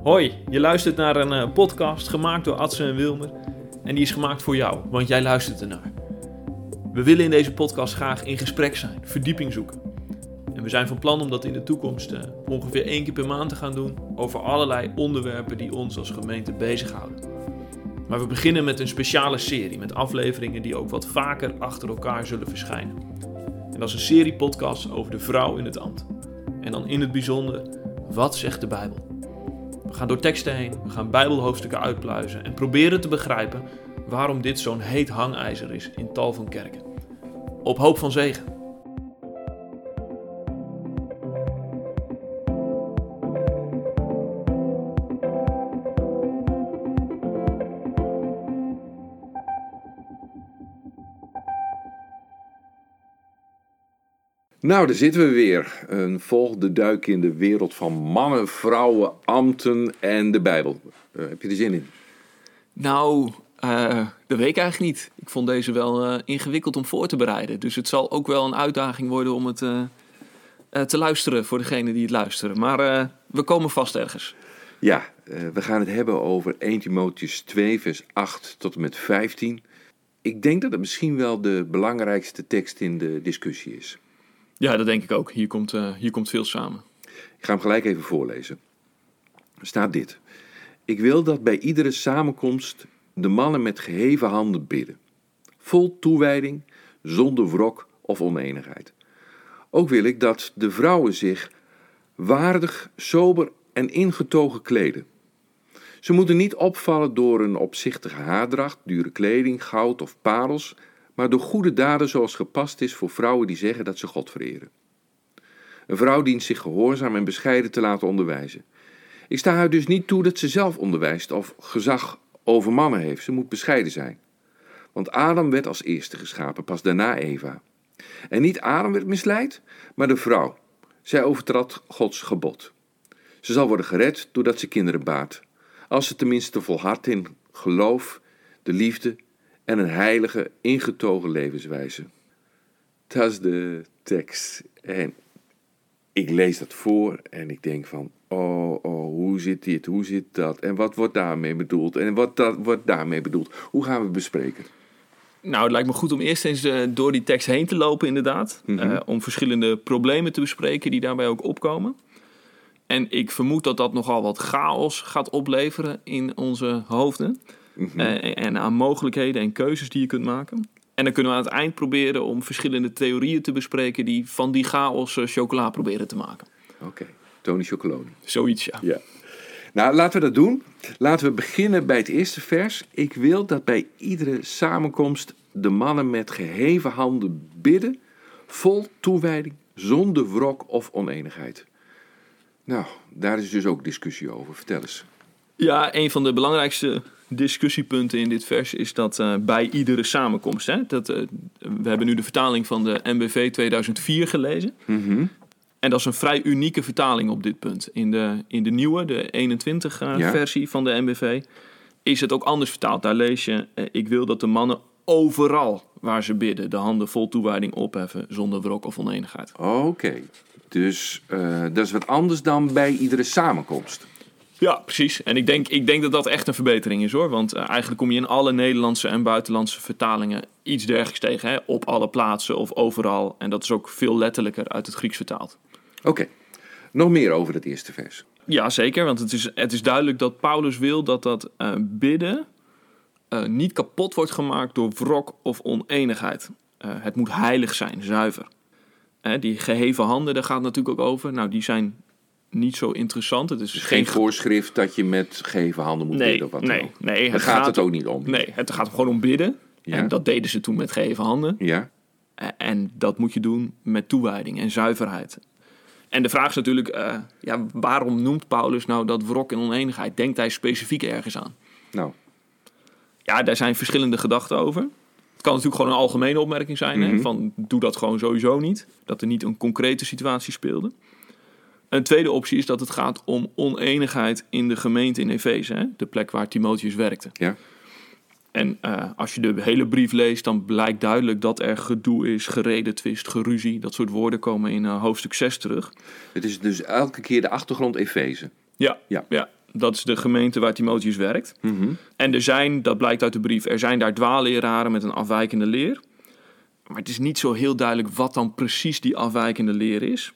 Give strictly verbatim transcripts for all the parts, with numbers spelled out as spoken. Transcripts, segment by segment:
Hoi, je luistert naar een uh, podcast gemaakt door Adse en Wilmer. En die is gemaakt voor jou, want jij luistert ernaar. We willen in deze podcast graag in gesprek zijn, verdieping zoeken. En we zijn van plan om dat in de toekomst uh, ongeveer één keer per maand te gaan doen over allerlei onderwerpen die ons als gemeente bezighouden. Maar we beginnen met een speciale serie met afleveringen die ook wat vaker achter elkaar zullen verschijnen. En dat is een serie podcasts over de vrouw in het ambt. En dan in het bijzonder, wat zegt de Bijbel? We gaan door teksten heen, we gaan Bijbelhoofdstukken uitpluizen en proberen te begrijpen waarom dit zo'n heet hangijzer is in tal van kerken. Op hoop van zegen. Nou, daar zitten we weer. Een volgende duik in de wereld van mannen, vrouwen, ambten en de Bijbel. Uh, heb je er zin in? Nou, uh, dat weet ik eigenlijk niet. Ik vond deze wel uh, ingewikkeld om voor te bereiden. Dus het zal ook wel een uitdaging worden om het uh, uh, te luisteren voor degenen die het luisteren. Maar uh, we komen vast ergens. Ja, uh, we gaan het hebben over eerste Timotheüs twee, vers acht tot en met vijftien. Ik denk dat het misschien wel de belangrijkste tekst in de discussie is. Ja, dat denk ik ook. Hier komt, uh, hier komt veel samen. Ik ga hem gelijk even voorlezen. Er staat dit. Ik wil dat bij iedere samenkomst de mannen met geheven handen bidden. Vol toewijding, zonder wrok of onenigheid. Ook wil ik dat de vrouwen zich waardig, sober en ingetogen kleden. Ze moeten niet opvallen door een opzichtige haardracht, dure kleding, goud of parels, maar door goede daden zoals gepast is voor vrouwen die zeggen dat ze God vereren. Een vrouw dient zich gehoorzaam en bescheiden te laten onderwijzen. Ik sta haar dus niet toe dat ze zelf onderwijst of gezag over mannen heeft. Ze moet bescheiden zijn. Want Adam werd als eerste geschapen, pas daarna Eva. En niet Adam werd misleid, maar de vrouw. Zij overtrad Gods gebod. Ze zal worden gered doordat ze kinderen baart. Als ze tenminste volhardt in geloof, de liefde en een heilige, ingetogen levenswijze. Dat is de tekst. En ik lees dat voor en ik denk van, oh, oh, hoe zit dit, hoe zit dat? En wat wordt daarmee bedoeld? En wat dat, wordt daarmee bedoeld? Hoe gaan we het bespreken? Nou, het lijkt me goed om eerst eens uh, door die tekst heen te lopen inderdaad. Mm-hmm. Uh, om verschillende problemen te bespreken die daarbij ook opkomen. En ik vermoed dat dat nogal wat chaos gaat opleveren in onze hoofden. Mm-hmm. Uh, en aan mogelijkheden en keuzes die je kunt maken. En dan kunnen we aan het eind proberen om verschillende theorieën te bespreken die van die chaos uh, chocola proberen te maken. Oké, okay. Tony Chocoloni. Zoiets, ja. ja. Nou, laten we dat doen. Laten we beginnen bij het eerste vers. Ik wil dat bij iedere samenkomst de mannen met geheven handen bidden, vol toewijding, zonder wrok of onenigheid. Nou, daar is dus ook discussie over. Vertel eens. Ja, een van de belangrijkste discussiepunten in dit vers is dat uh, bij iedere samenkomst. Hè, dat, uh, we hebben nu de vertaling van de M B V tweeduizend vier gelezen. Mm-hmm. En dat is een vrij unieke vertaling op dit punt. In de, in de nieuwe, de eenentwintig uh, ja. versie van de M B V, is het ook anders vertaald. Daar lees je, uh, ik wil dat de mannen overal waar ze bidden de handen vol toewijding opheffen zonder wrok of onenigheid. Oké, okay. dus uh, dat is wat anders dan bij iedere samenkomst. Ja, precies. En ik denk, ik denk dat dat echt een verbetering is hoor. Want uh, eigenlijk kom je in alle Nederlandse en buitenlandse vertalingen iets dergelijks tegen. Hè? Op alle plaatsen of overal. En dat is ook veel letterlijker uit het Grieks vertaald. Oké. Okay. Nog meer over het eerste vers. Ja, zeker. Want het is, het is duidelijk dat Paulus wil dat dat uh, bidden uh, niet kapot wordt gemaakt door wrok of onenigheid. Uh, het moet heilig zijn, zuiver. Uh, die geheven handen, daar gaat het natuurlijk ook over. Nou, die zijn niet zo interessant. Het is dus geen voorschrift dat je met geheven handen moet nee, bidden of wat nee, dan ook. Nee, Daar het gaat, gaat het ook niet om. Nee, het gaat gewoon om bidden. Ja. En dat deden ze toen met geheven handen. Ja. En dat moet je doen met toewijding en zuiverheid. En de vraag is natuurlijk, uh, ja, waarom noemt Paulus nou dat wrok en onenigheid? Denkt hij specifiek ergens aan? Nou. Ja, daar zijn verschillende gedachten over. Het kan natuurlijk gewoon een algemene opmerking zijn. Mm-hmm. Hè, van doe dat gewoon sowieso niet. Dat er niet een concrete situatie speelde. Een tweede optie is dat het gaat om onenigheid in de gemeente in Efeze. Hè? De plek waar Timotheüs werkte. Ja. En uh, als je de hele brief leest, dan blijkt duidelijk dat er gedoe is, geredetwist, geruzie. Dat soort woorden komen in uh, hoofdstuk zes terug. Het is dus elke keer de achtergrond Efeze. Ja, ja. ja. Dat is de gemeente waar Timotheus werkt. Mm-hmm. En er zijn, dat blijkt uit de brief, er zijn daar dwaalleraren met een afwijkende leer. Maar het is niet zo heel duidelijk wat dan precies die afwijkende leer is.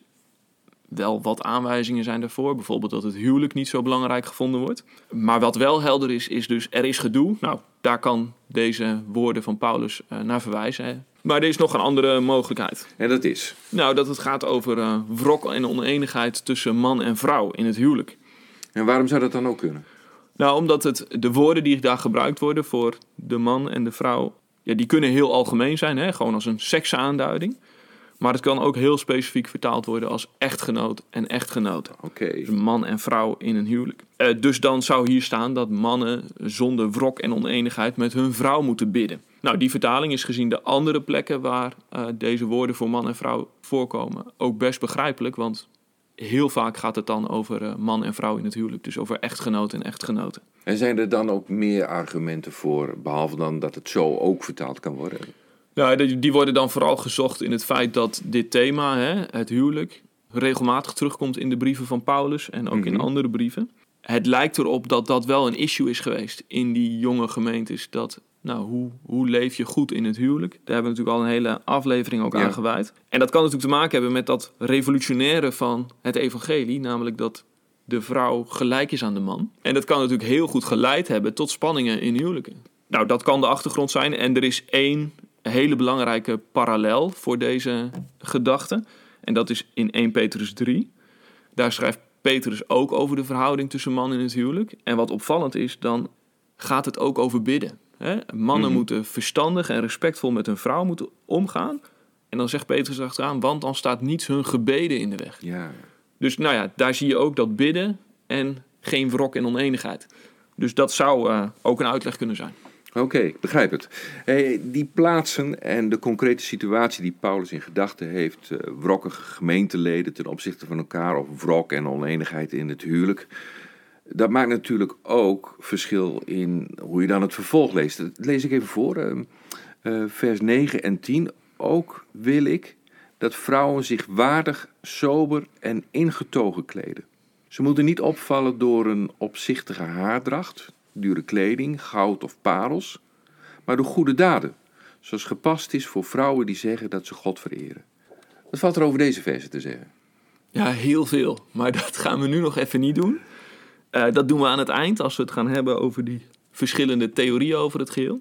Wel wat aanwijzingen zijn daarvoor. Bijvoorbeeld dat het huwelijk niet zo belangrijk gevonden wordt. Maar wat wel helder is, is dus er is gedoe. Nou, daar kan deze woorden van Paulus uh, naar verwijzen. Hè. Maar er is nog een andere mogelijkheid. En dat is? Nou, dat het gaat over uh, wrok en oneenigheid tussen man en vrouw in het huwelijk. En waarom zou dat dan ook kunnen? Nou, omdat het, de woorden die daar gebruikt worden voor de man en de vrouw, ja, die kunnen heel algemeen zijn, hè? Gewoon als een seksaanduiding. Maar het kan ook heel specifiek vertaald worden als echtgenoot en echtgenote. Oké. Okay. Dus man en vrouw in een huwelijk. Uh, dus dan zou hier staan dat mannen zonder wrok en oneenigheid met hun vrouw moeten bidden. Nou, die vertaling is gezien de andere plekken waar uh, deze woorden voor man en vrouw voorkomen ook best begrijpelijk, want heel vaak gaat het dan over uh, man en vrouw in het huwelijk. Dus over echtgenoot en echtgenoten. En zijn er dan ook meer argumenten voor, behalve dan dat het zo ook vertaald kan worden? Ja, die, die worden dan vooral gezocht in het feit dat dit thema, hè, het huwelijk, regelmatig terugkomt in de brieven van Paulus en ook mm-hmm. in andere brieven. Het lijkt erop dat dat wel een issue is geweest in die jonge gemeentes. Dat, nou, hoe, hoe leef je goed in het huwelijk? Daar hebben we natuurlijk al een hele aflevering ook ja. aan gewijd. En dat kan natuurlijk te maken hebben met dat revolutionaire van het evangelie, namelijk dat de vrouw gelijk is aan de man. En dat kan natuurlijk heel goed geleid hebben tot spanningen in huwelijken. Nou, dat kan de achtergrond zijn. En er is één hele belangrijke parallel voor deze gedachte. En dat is in eerste Petrus drie. Daar schrijft Petrus ook over de verhouding tussen man en het huwelijk. En wat opvallend is, dan gaat het ook over bidden. Hè? Mannen mm-hmm. moeten verstandig en respectvol met hun vrouw moeten omgaan. En dan zegt Petrus achteraan, want dan staat niets hun gebeden in de weg. Ja. Dus nou ja, daar zie je ook dat bidden en geen wrok en oneenigheid. Dus dat zou uh, ook een uitleg kunnen zijn. Oké, okay, ik begrijp het. Hey, die plaatsen en de concrete situatie die Paulus in gedachten heeft, uh, wrokkige gemeenteleden ten opzichte van elkaar, of wrok en oneenigheid in het huwelijk, dat maakt natuurlijk ook verschil in hoe je dan het vervolg leest. Dat lees ik even voor, uh, uh, vers negen en tien. Ook wil ik dat vrouwen zich waardig, sober en ingetogen kleden. Ze moeten niet opvallen door een opzichtige haardracht, dure kleding, goud of parels, maar door goede daden, zoals gepast is voor vrouwen die zeggen dat ze God vereren. Wat valt er over deze versen te zeggen? Ja, heel veel, maar dat gaan we nu nog even niet doen. Uh, dat doen we aan het eind, als we het gaan hebben over die verschillende theorieën over het geheel.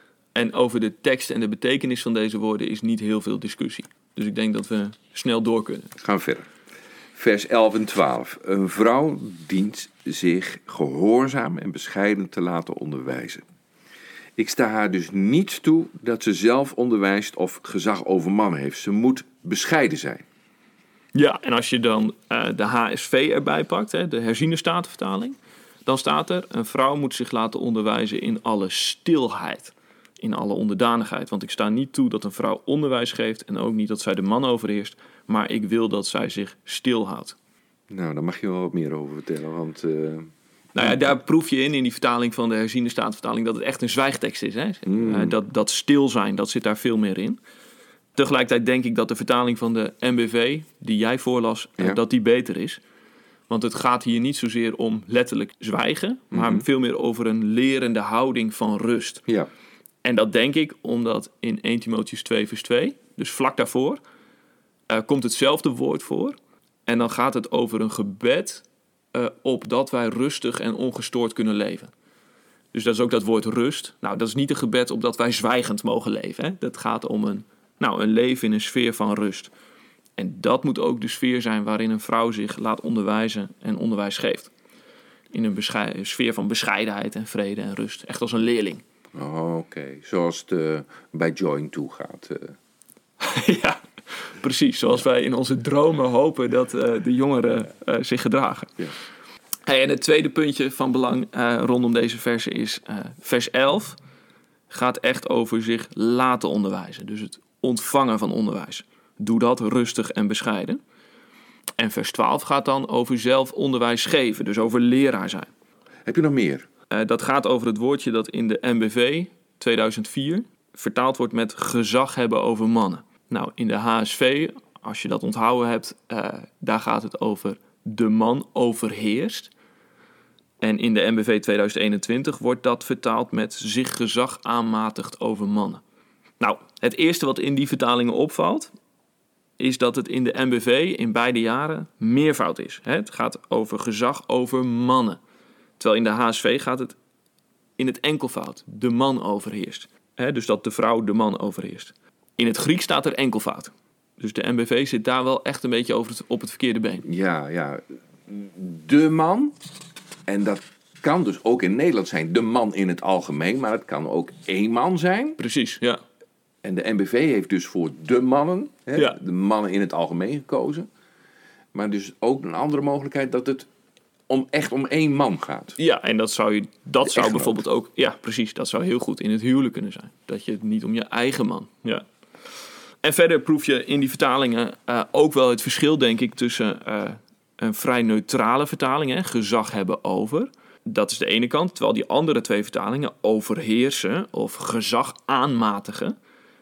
En over de tekst en de betekenis van deze woorden is niet heel veel discussie. Dus ik denk dat we snel door kunnen. Gaan we verder. Vers elf en twaalf. Een vrouw dient zich gehoorzaam en bescheiden te laten onderwijzen. Ik sta haar dus niet toe dat ze zelf onderwijst of gezag over mannen heeft. Ze moet bescheiden zijn. Ja, en als je dan uh, de H S V erbij pakt, hè, de herziene statenvertaling, dan staat er: een vrouw moet zich laten onderwijzen in alle stilheid, in alle onderdanigheid. Want ik sta niet toe dat een vrouw onderwijs geeft en ook niet dat zij de man overheerst, maar ik wil dat zij zich stilhoudt. Nou, daar mag je wel wat meer over vertellen, want Uh... Nou ja, daar proef je in, in die vertaling van de herziene statenvertaling, dat het echt een zwijgtekst is. Hè? Mm. Uh, dat, dat stil zijn, dat zit daar veel meer in. Tegelijkertijd denk ik dat de vertaling van de M B V, die jij voorlas, ja. uh, dat die beter is. Want het gaat hier niet zozeer om letterlijk zwijgen, maar mm-hmm. veel meer over een lerende houding van rust. Ja. En dat denk ik omdat in eerste Timotheus twee vers twee, dus vlak daarvoor, uh, komt hetzelfde woord voor. En dan gaat het over een gebed uh, opdat wij rustig en ongestoord kunnen leven. Dus dat is ook dat woord rust. Nou, dat is niet een gebed opdat wij zwijgend mogen leven. Hè? Dat gaat om een, nou, een leven in een sfeer van rust. En dat moet ook de sfeer zijn waarin een vrouw zich laat onderwijzen en onderwijs geeft. In een beschei- sfeer van bescheidenheid en vrede en rust. Echt als een leerling. Oh, oké, okay. Zoals het uh, bij Join toe gaat. Uh. Ja, precies. Zoals wij in onze dromen hopen dat uh, de jongeren uh, zich gedragen. Ja. Hey, en het tweede puntje van belang uh, rondom deze versen is uh, vers elf. Gaat echt over zich laten onderwijzen. Dus het ontvangen van onderwijs. Doe dat rustig en bescheiden. En vers twaalf gaat dan over zelf onderwijs geven. Dus over leraar zijn. Heb je nog meer? Uh, dat gaat over het woordje dat in de M B V tweeduizend vier vertaald wordt met gezag hebben over mannen. Nou, in de H S V, als je dat onthouden hebt, uh, daar gaat het over de man overheerst. En in de N B V tweeduizend eenentwintig wordt dat vertaald met zich gezag aanmatigt over mannen. Nou, het eerste wat in die vertalingen opvalt, is dat het in de N B V in beide jaren meervoud is. Het gaat over gezag over mannen. Terwijl in de H S V gaat het in het enkelvoud. De man overheerst. Dus dat de vrouw de man overheerst. In het Grieks staat er enkelvoud. Dus de N B V zit daar wel echt een beetje over het, op het verkeerde been. Ja, ja. De man. En dat kan dus ook in Nederland zijn de man in het algemeen. Maar het kan ook één man zijn. Precies, ja. En de N B V heeft dus voor de mannen, hè, Ja. de mannen in het algemeen gekozen. Maar dus ook een andere mogelijkheid dat het om, echt om één man gaat. Ja, en dat zou, je, dat zou echtgenoot. bijvoorbeeld ook... Ja, precies. Dat zou heel goed in het huwelijk kunnen zijn. Dat je het niet om je eigen man... Ja. En verder proef je in die vertalingen uh, ook wel het verschil, denk ik, tussen uh, een vrij neutrale vertaling, hè, gezag hebben over. Dat is de ene kant. Terwijl die andere twee vertalingen, overheersen of gezag aanmatigen,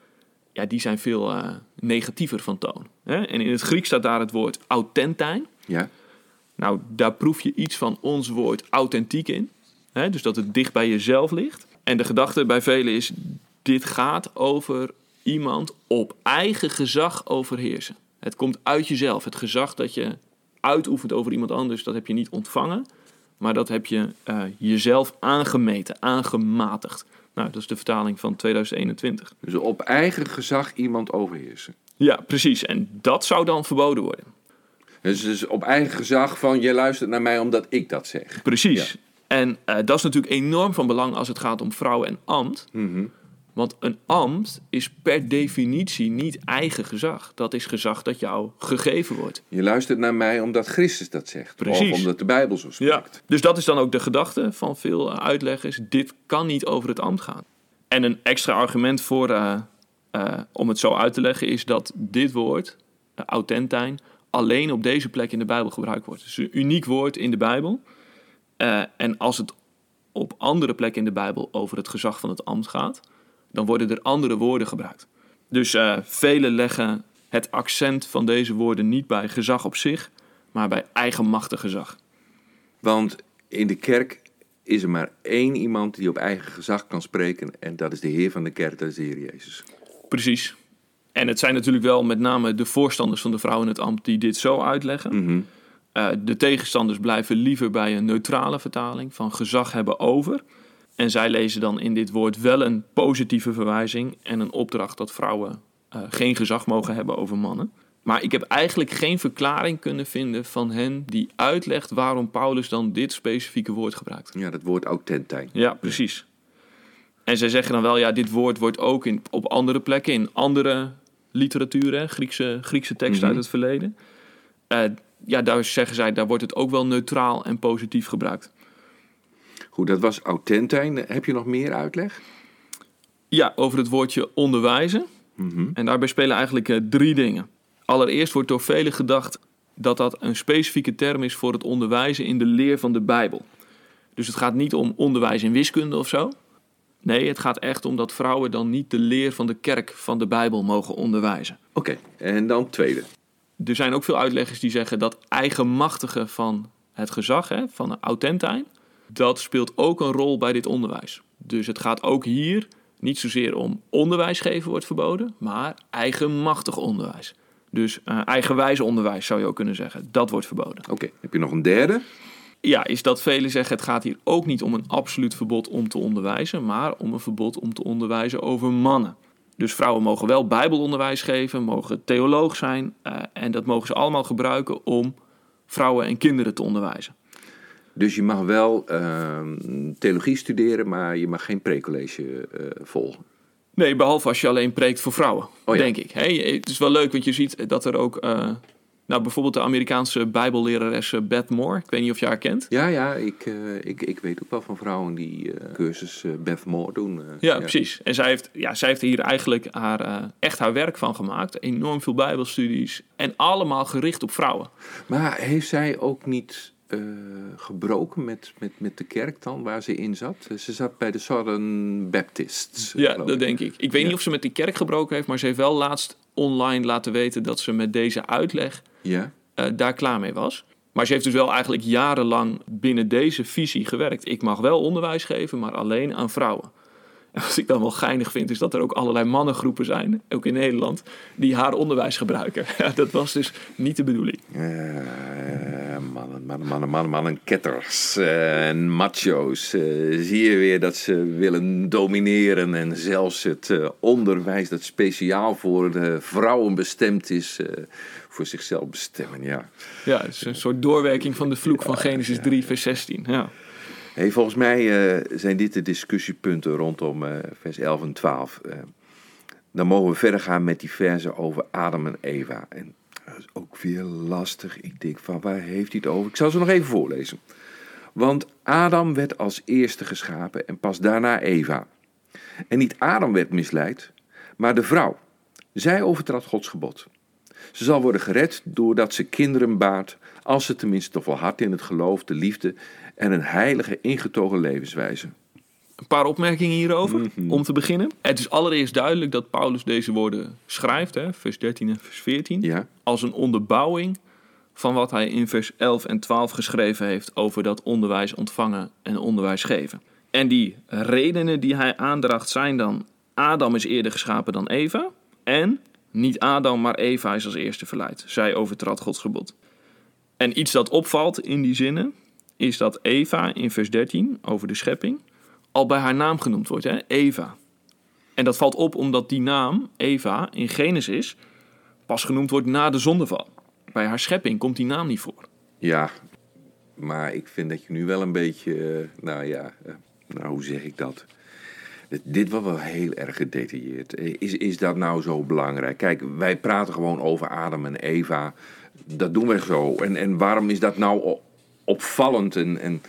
ja, die zijn veel uh, negatiever van toon. Hè? En in het Grieks staat daar het woord authentijn. Ja. Nou, daar proef je iets van ons woord authentiek in. Hè? Dus dat het dicht bij jezelf ligt. En de gedachte bij velen is, dit gaat over iemand op eigen gezag overheersen. Het komt uit jezelf. Het gezag dat je uitoefent over iemand anders, dat heb je niet ontvangen. Maar dat heb je uh, jezelf aangemeten, aangematigd. Nou, dat is de vertaling van tweeduizend eenentwintig. Dus op eigen gezag iemand overheersen. Ja, precies. En dat zou dan verboden worden. Dus, dus op eigen gezag van, je luistert naar mij omdat ik dat zeg. Precies. Ja. En uh, dat is natuurlijk enorm van belang als het gaat om vrouw en ambt. Mm-hmm. Want een ambt is per definitie niet eigen gezag. Dat is gezag dat jou gegeven wordt. Je luistert naar mij omdat Christus dat zegt. Precies. Of omdat de Bijbel zo spreekt. Dus dat is dan ook de gedachte van veel uitleggers. Dit kan niet over het ambt gaan. En een extra argument voor, uh, uh, om het zo uit te leggen is dat dit woord, uh, authentijn, alleen op deze plek in de Bijbel gebruikt wordt. Het is een uniek woord in de Bijbel. Uh, en als het op andere plekken in de Bijbel over het gezag van het ambt gaat, dan worden er andere woorden gebruikt. Dus uh, velen leggen het accent van deze woorden niet bij gezag op zich, maar bij eigenmachtig gezag. Want in de kerk is er maar één iemand die op eigen gezag kan spreken. En dat is de Heer van de kerk, dat is de Heer Jezus. Precies. En het zijn natuurlijk wel met name de voorstanders van de vrouw in het ambt die dit zo uitleggen. Mm-hmm. Uh, de tegenstanders blijven liever bij een neutrale vertaling van gezag hebben over. En zij lezen dan in dit woord wel een positieve verwijzing en een opdracht dat vrouwen uh, geen gezag mogen hebben over mannen. Maar ik heb eigenlijk geen verklaring kunnen vinden van hen die uitlegt waarom Paulus dan dit specifieke woord gebruikt. Ja, dat woord authentijn. Ja, precies. En zij zeggen dan wel, ja, dit woord wordt ook in, op andere plekken, in andere literatuur, hè, Griekse, Griekse teksten Mm-hmm. uit het verleden. Uh, ja, daar zeggen zij, daar wordt het ook wel neutraal en positief gebruikt. Goed, dat was authentijn. Heb je nog meer uitleg? Ja, over het woordje onderwijzen. Mm-hmm. En daarbij spelen eigenlijk uh, drie dingen. Allereerst wordt door velen gedacht dat dat een specifieke term is voor het onderwijzen in de leer van de Bijbel. Dus het gaat niet om onderwijs in wiskunde of zo. Nee, het gaat echt om dat vrouwen dan niet de leer van de kerk van de Bijbel mogen onderwijzen. Oké, okay. En dan tweede. Er zijn ook veel uitleggers die zeggen dat eigenmachtige van het gezag, hè, van authentijn, dat speelt ook een rol bij dit onderwijs. Dus het gaat ook hier niet zozeer om onderwijs geven wordt verboden, maar eigenmachtig onderwijs. Dus uh, eigenwijs onderwijs zou je ook kunnen zeggen. Dat wordt verboden. Oké, okay. Heb je nog een derde? Ja, is dat velen zeggen het gaat hier ook niet om een absoluut verbod om te onderwijzen, maar om een verbod om te onderwijzen over mannen. Dus vrouwen mogen wel bijbelonderwijs geven, mogen theoloog zijn uh, en dat mogen ze allemaal gebruiken om vrouwen en kinderen te onderwijzen. Dus je mag wel uh, theologie studeren, maar je mag geen precollege uh, volgen? Nee, behalve als je alleen preekt voor vrouwen, oh, ja. denk ik. Hey, het is wel leuk, want je ziet dat er ook, uh, nou bijvoorbeeld de Amerikaanse bijbellerares Beth Moore, ik weet niet of je haar kent. Ja, ja, ik, uh, ik, ik weet ook wel van vrouwen die uh, cursus uh, Beth Moore doen. Uh, ja, ja, precies. En zij heeft, ja, zij heeft hier eigenlijk haar, uh, echt haar werk van gemaakt. Enorm veel bijbelstudies en allemaal gericht op vrouwen. Maar heeft zij ook niet uh, gebroken met, met, met de kerk dan, waar ze in zat? Ze zat bij de Southern Baptists. Ja, dat ik. denk ik. Ik weet ja. niet of ze met die kerk gebroken heeft, maar ze heeft wel laatst online laten weten dat ze met deze uitleg ja. uh, daar klaar mee was. Maar ze heeft dus wel eigenlijk jarenlang binnen deze visie gewerkt. Ik mag wel onderwijs geven, maar alleen aan vrouwen. En wat ik dan wel geinig vind, is dat er ook allerlei mannengroepen zijn, ook in Nederland, die haar onderwijs gebruiken. Ja, dat was dus niet de bedoeling. Uh, mannen, mannen, mannen, mannen, mannen, ketters uh, en macho's. Uh, zie je weer dat ze willen domineren en zelfs het uh, onderwijs dat speciaal voor de vrouwen bestemd is, uh, voor zichzelf bestemmen, ja. Ja, het is een soort doorwerking van de vloek van Genesis ja, drie, vers zestien, ja. Hey, volgens mij uh, zijn dit de discussiepunten rondom uh, vers elf en twaalf. Uh, dan mogen we verder gaan met die versen over Adam en Eva. En dat is ook weer lastig. Ik denk van, waar heeft hij het over? Ik zal ze nog even voorlezen. Want Adam werd als eerste geschapen en pas daarna Eva. En niet Adam werd misleid, maar de vrouw. Zij overtrad Gods gebod. Ze zal worden gered doordat ze kinderen baart, als ze tenminste volhardt in het geloof, de liefde en een heilige, ingetogen levenswijze. Een paar opmerkingen hierover, Mm-hmm. om te beginnen. Het is allereerst duidelijk dat Paulus deze woorden schrijft, hè, vers dertien en vers veertien, Ja. als een onderbouwing van wat hij in vers elf en twaalf geschreven heeft over dat onderwijs ontvangen en onderwijs geven. En die redenen die hij aandraagt zijn dan: Adam is eerder geschapen dan Eva en niet Adam, maar Eva is als eerste verleid. Zij overtrad Gods gebod. En iets dat opvalt in die zinnen is dat Eva in vers dertien over de schepping al bij haar naam genoemd wordt, hè? Eva. En dat valt op omdat die naam, Eva, in Genesis pas genoemd wordt na de zondeval. Bij haar schepping komt die naam niet voor. Ja, maar ik vind dat je nu wel een beetje, uh, nou ja, uh, nou hoe zeg ik dat? Dit, dit was wel heel erg gedetailleerd. Is, is dat nou zo belangrijk? Kijk, wij praten gewoon over Adam en Eva. Dat doen wij zo. En, en waarom is dat nou opvallend? En, en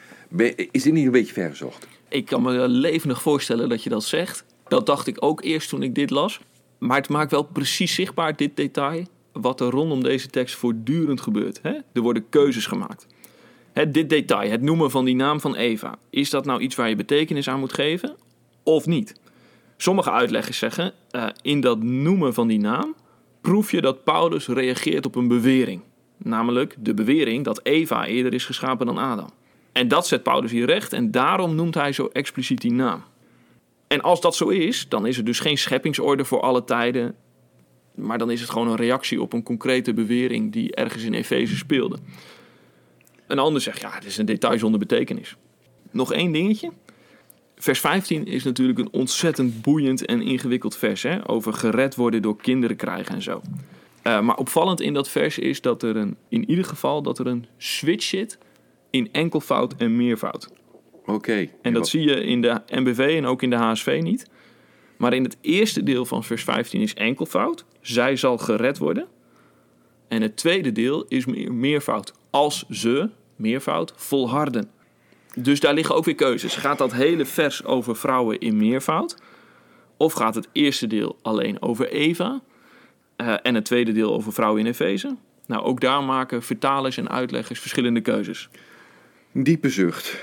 is dit niet een beetje vergezocht? Ik kan me levendig voorstellen dat je dat zegt. Dat dacht ik ook eerst toen ik dit las. Maar het maakt wel precies zichtbaar, dit detail, wat er rondom deze tekst voortdurend gebeurt. Hè? Er worden keuzes gemaakt. Hè, dit detail, het noemen van die naam van Eva, is dat nou iets waar je betekenis aan moet geven of niet? Sommige uitleggers zeggen, uh, in dat noemen van die naam proef je dat Paulus reageert op een bewering. Namelijk de bewering dat Eva eerder is geschapen dan Adam. En dat zet Paulus hier recht en daarom noemt hij zo expliciet die naam. En als dat zo is, dan is er dus geen scheppingsorde voor alle tijden, maar dan is het gewoon een reactie op een concrete bewering die ergens in Efeze speelde. Een ander zegt, ja, het is een detail zonder betekenis. Nog één dingetje. Vers vijftien is natuurlijk een ontzettend boeiend en ingewikkeld vers, hè? Over gered worden door kinderen krijgen en zo. Uh, maar opvallend in dat vers is dat er een, in ieder geval dat er een switch zit in enkelvoud en meervoud. Oké. Okay. En dat zie je in de M B V en ook in de H S V niet. Maar in het eerste deel van vers vijftien is enkelvoud. Zij zal gered worden. En het tweede deel is meervoud. Als ze, meervoud, volharden. Dus daar liggen ook weer keuzes. Gaat dat hele vers over vrouwen in meervoud? Of gaat het eerste deel alleen over Eva? Uh, en het tweede deel over vrouwen in Efeze? Nou, ook daar maken vertalers en uitleggers verschillende keuzes. Diepe zucht.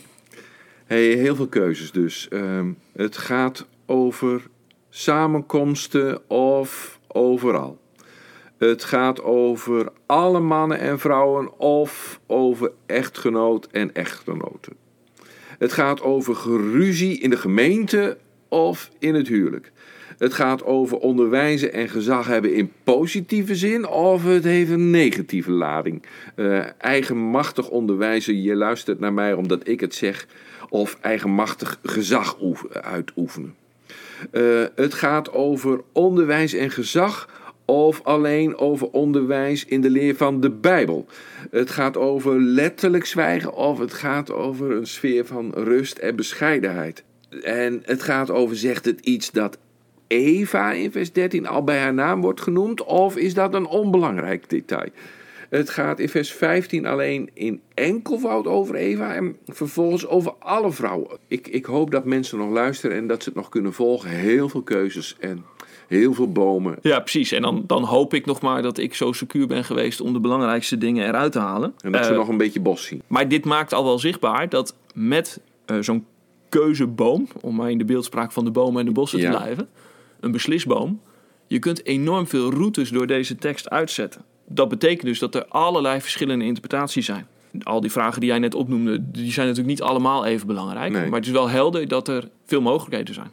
Hey, heel veel keuzes dus. Uh, het gaat over samenkomsten of overal. Het gaat over alle mannen en vrouwen of over echtgenoot en echtgenoten. Het gaat over geruzie in de gemeente of in het huwelijk. Het gaat over onderwijzen en gezag hebben in positieve zin of het heeft een negatieve lading. Uh, eigenmachtig onderwijzen, je luistert naar mij omdat ik het zeg, of eigenmachtig gezag uitoefenen. Uh, het gaat over onderwijs en gezag of alleen over onderwijs in de leer van de Bijbel. Het gaat over letterlijk zwijgen of het gaat over een sfeer van rust en bescheidenheid. En het gaat over, zegt het iets dat Eva in vers dertien al bij haar naam wordt genoemd, of is dat een onbelangrijk detail? Het gaat in vers vijftien alleen in enkelvoud over Eva en vervolgens over alle vrouwen. Ik, ik hoop dat mensen nog luisteren en dat ze het nog kunnen volgen. Heel veel keuzes en heel veel bomen. Ja, precies. En dan, dan hoop ik nog maar dat ik zo secuur ben geweest om de belangrijkste dingen eruit te halen. En dat uh, ze nog een beetje bos zien. Maar dit maakt al wel zichtbaar dat met uh, zo'n keuzeboom, om maar in de beeldspraak van de bomen en de bossen ja. te blijven, een beslisboom, je kunt enorm veel routes door deze tekst uitzetten. dat betekent dus dat er allerlei verschillende interpretaties zijn. Al die vragen die jij net opnoemde, die zijn natuurlijk niet allemaal even belangrijk. Nee. Maar het is wel helder dat er veel mogelijkheden zijn.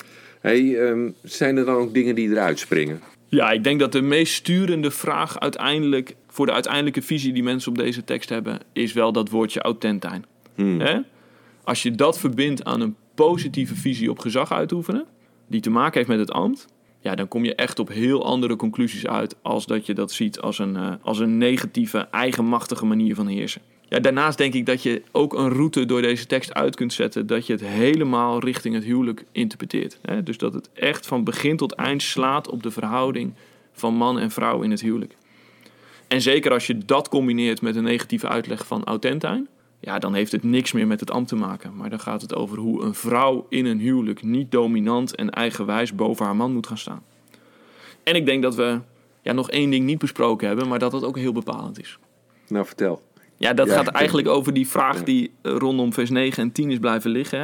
Hey, um, zijn er dan ook dingen die eruit springen? Ja, ik denk dat de meest sturende vraag uiteindelijk, voor de uiteindelijke visie die mensen op deze tekst hebben, is wel dat woordje autentijn. Hmm. Hè? Als je dat verbindt aan een positieve visie op gezag uitoefenen, die te maken heeft met het ambt, ja, dan kom je echt op heel andere conclusies uit als dat je dat ziet als een, uh, als een negatieve, eigenmachtige manier van heersen. Ja, daarnaast denk ik dat je ook een route door deze tekst uit kunt zetten, dat je het helemaal richting het huwelijk interpreteert. Hè? Dus dat het echt van begin tot eind slaat op de verhouding van man en vrouw in het huwelijk. En zeker als je dat combineert met een negatieve uitleg van autentijn, ja, dan heeft het niks meer met het ambt te maken. Maar dan gaat het over hoe een vrouw in een huwelijk niet dominant en eigenwijs boven haar man moet gaan staan. En ik denk dat we ja, nog één ding niet besproken hebben, maar dat dat ook heel bepalend is. Nou, vertel. Ja, dat Ja, gaat ik eigenlijk denk- over die vraag Ja. die rondom vers negen en tien is blijven liggen. Hè?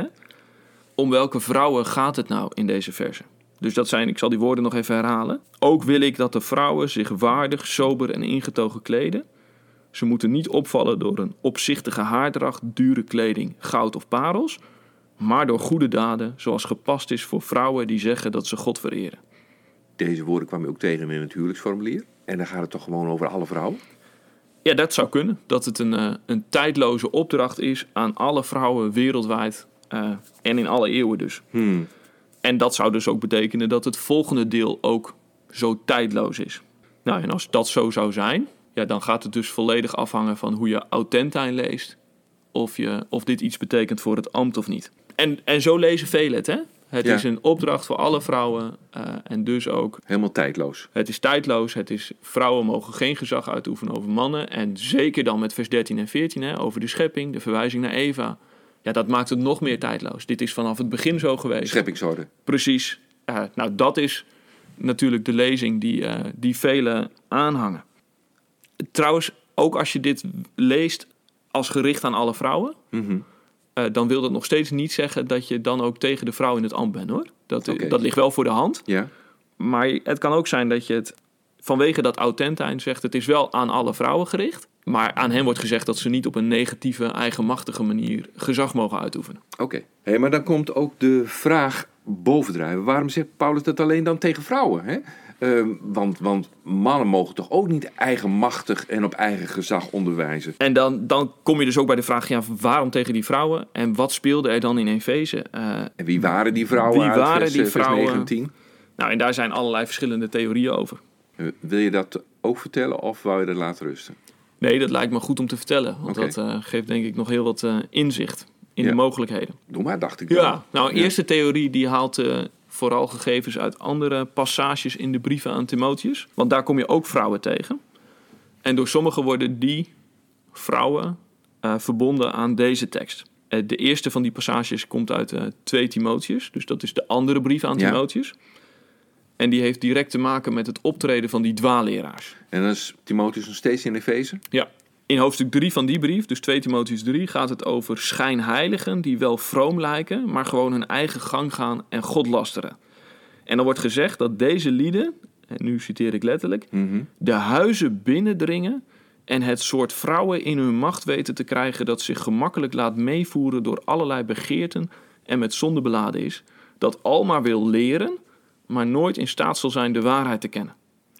Om welke vrouwen gaat het nou in deze verse? Dus dat zijn, ik zal die woorden nog even herhalen. Ook wil ik dat de vrouwen zich waardig, sober en ingetogen kleden. Ze moeten niet opvallen door een opzichtige haardracht, dure kleding, goud of parels, maar door goede daden, zoals gepast is voor vrouwen die zeggen dat ze God vereren. Deze woorden kwam je ook tegen in het huwelijksformulier. En dan gaat het toch gewoon over alle vrouwen? Ja, dat zou kunnen. Dat het een, uh, een tijdloze opdracht is aan alle vrouwen wereldwijd uh, en in alle eeuwen dus. Hmm. En dat zou dus ook betekenen dat het volgende deel ook zo tijdloos is. Nou, en als dat zo zou zijn, ja, dan gaat het dus volledig afhangen van hoe je autentijn leest. Of, je, of dit iets betekent voor het ambt of niet. En, en zo lezen velen het, hè? Het Ja. is een opdracht voor alle vrouwen uh, en dus ook... Helemaal tijdloos. Het is tijdloos, het is, vrouwen mogen geen gezag uitoefenen over mannen. En zeker dan met vers dertien en veertien, hè, over de schepping, de verwijzing naar Eva. Ja, dat maakt het nog meer tijdloos. Dit is vanaf het begin zo geweest. Scheppingsorde. Precies. Uh, nou, dat is natuurlijk de lezing die, uh, die velen aanhangen. Trouwens, ook als je dit leest als gericht aan alle vrouwen, Mhm. uh, dan wil dat nog steeds niet zeggen dat je dan ook tegen de vrouw in het ambt bent, hoor. Dat, Oké. dat ligt wel voor de hand. Ja. Maar het kan ook zijn dat je het vanwege dat autentijn zegt, het is wel aan alle vrouwen gericht, maar aan hen wordt gezegd dat ze niet op een negatieve, eigenmachtige manier gezag mogen uitoefenen. Oké. Hey, maar dan komt ook de vraag bovendrijven. Waarom zegt Paulus dat alleen dan tegen vrouwen? Hè? Uh, want, want mannen mogen toch ook niet eigenmachtig en op eigen gezag onderwijzen? En dan, dan kom je dus ook bij de vraag, ja, waarom tegen die vrouwen? En wat speelde er dan in Efeze? Uh, En wie waren die vrouwen Wie uit waren vers, die vers vrouwen? negen en tien? nou, en daar zijn allerlei verschillende theorieën over. Uh, wil je dat ook vertellen of wou je dat laten rusten? Nee, dat lijkt me goed om te vertellen. Want Oké. dat uh, geeft denk ik nog heel wat uh, inzicht in Ja. de mogelijkheden. Doe maar, dacht ik Ja, dan. nou, Ja. eerste theorie die haalt uh, vooral gegevens uit andere passages in de brieven aan Timotheus. Want daar kom je ook vrouwen tegen. En door sommigen worden die vrouwen uh, verbonden aan deze tekst. Uh, de eerste van die passages komt uit uh, twee Timotheus. Dus dat is de andere brief aan Ja. Timotheus. En die heeft direct te maken met het optreden van die dwaalleraars. En dan is Timotheus nog steeds in Efeze? Ja. In hoofdstuk drie van die brief, dus twee Timotheus drie, gaat het over schijnheiligen die wel vroom lijken, maar gewoon hun eigen gang gaan en God lasteren. En dan wordt gezegd dat deze lieden, en nu citeer ik letterlijk, Mhm. de huizen binnendringen en het soort vrouwen in hun macht weten te krijgen dat zich gemakkelijk laat meevoeren door allerlei begeerten en met zonde beladen is, dat al maar wil leren, maar nooit in staat zal zijn de waarheid te kennen.